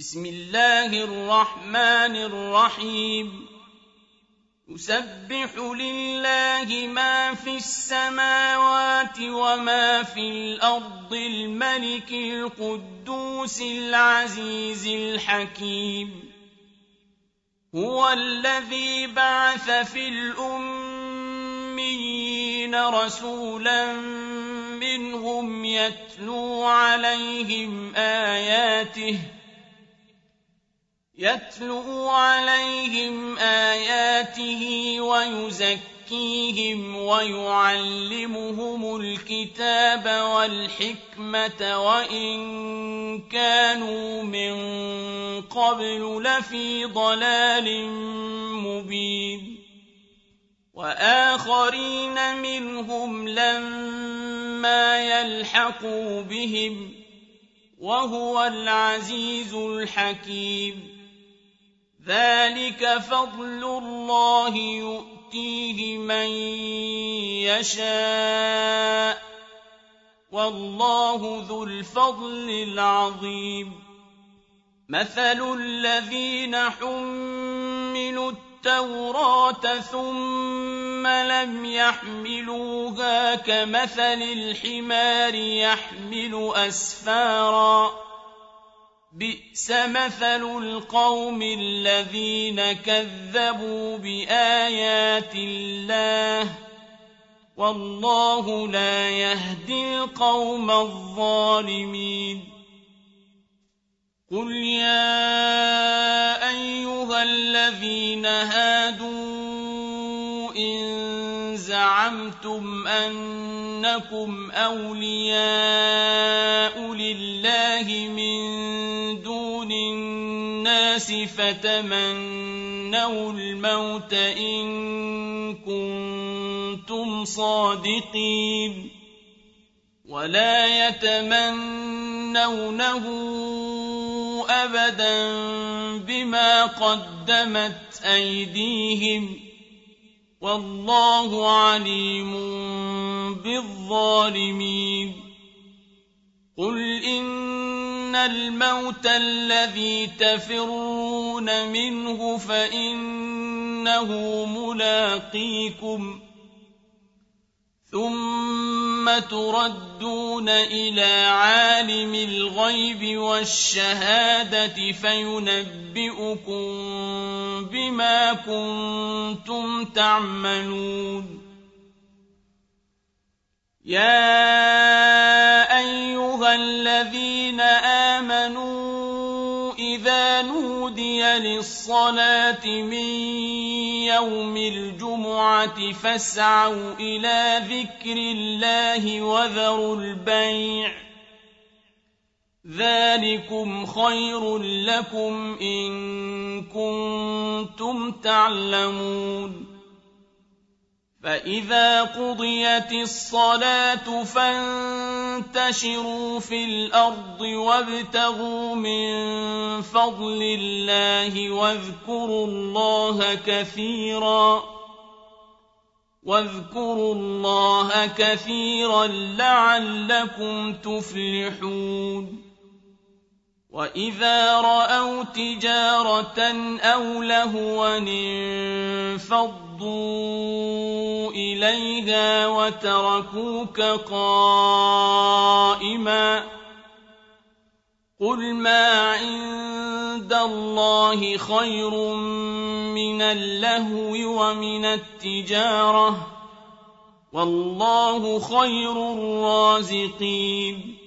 بسم الله الرحمن الرحيم يسبح لله ما في السماوات وما في الأرض الملك القدوس العزيز الحكيم هو الذي بعث في الأميين رسولا منهم يتلو عليهم آياته ويزكيهم ويعلمهم الكتاب والحكمة وإن كانوا من قبل لفي ضلال مبين وآخرين منهم لما يلحقوا بهم وهو العزيز الحكيم ذلك فضل الله يؤتيه من يشاء والله ذو الفضل العظيم مثل الذين حملوا التوراة ثم لم يحملوها كمثل الحمار يحمل أسفارا بئس مثل القوم الذين كذبوا بآيات الله والله لا يهدي القوم الظالمين قل يا أيها الذين هادوا إن زعمتم أنكم أولياء لله من دون الناس فتمنوا الموت إن كنتم صادقين ولا يتمنونه أبدا بما قدمت أيديهم والله عليم بالظالمين قل إن الموت الذي تفرون منه فإنه ملاقيكم ثم تردون إلى عالم الغيب والشهادة فينبئكم بما كنتم تعملون يا أيها الذين آمنوا إذا نودي للصلاة من يوم الجمعة فاسعوا إلى ذكر الله وذروا البيع ذلكم خير لكم إن كنتم تعلمون فإذا قضيت الصلاة فانتشروا في الأرض وابتغوا من فضل الله واذكروا الله كثيرا لعلكم تفلحون وإذا رأوا تجارة أو لهوا انفضوا إليها وتركوك قائما قل ما عند الله خير من اللهو ومن التجارة والله خير الرازقين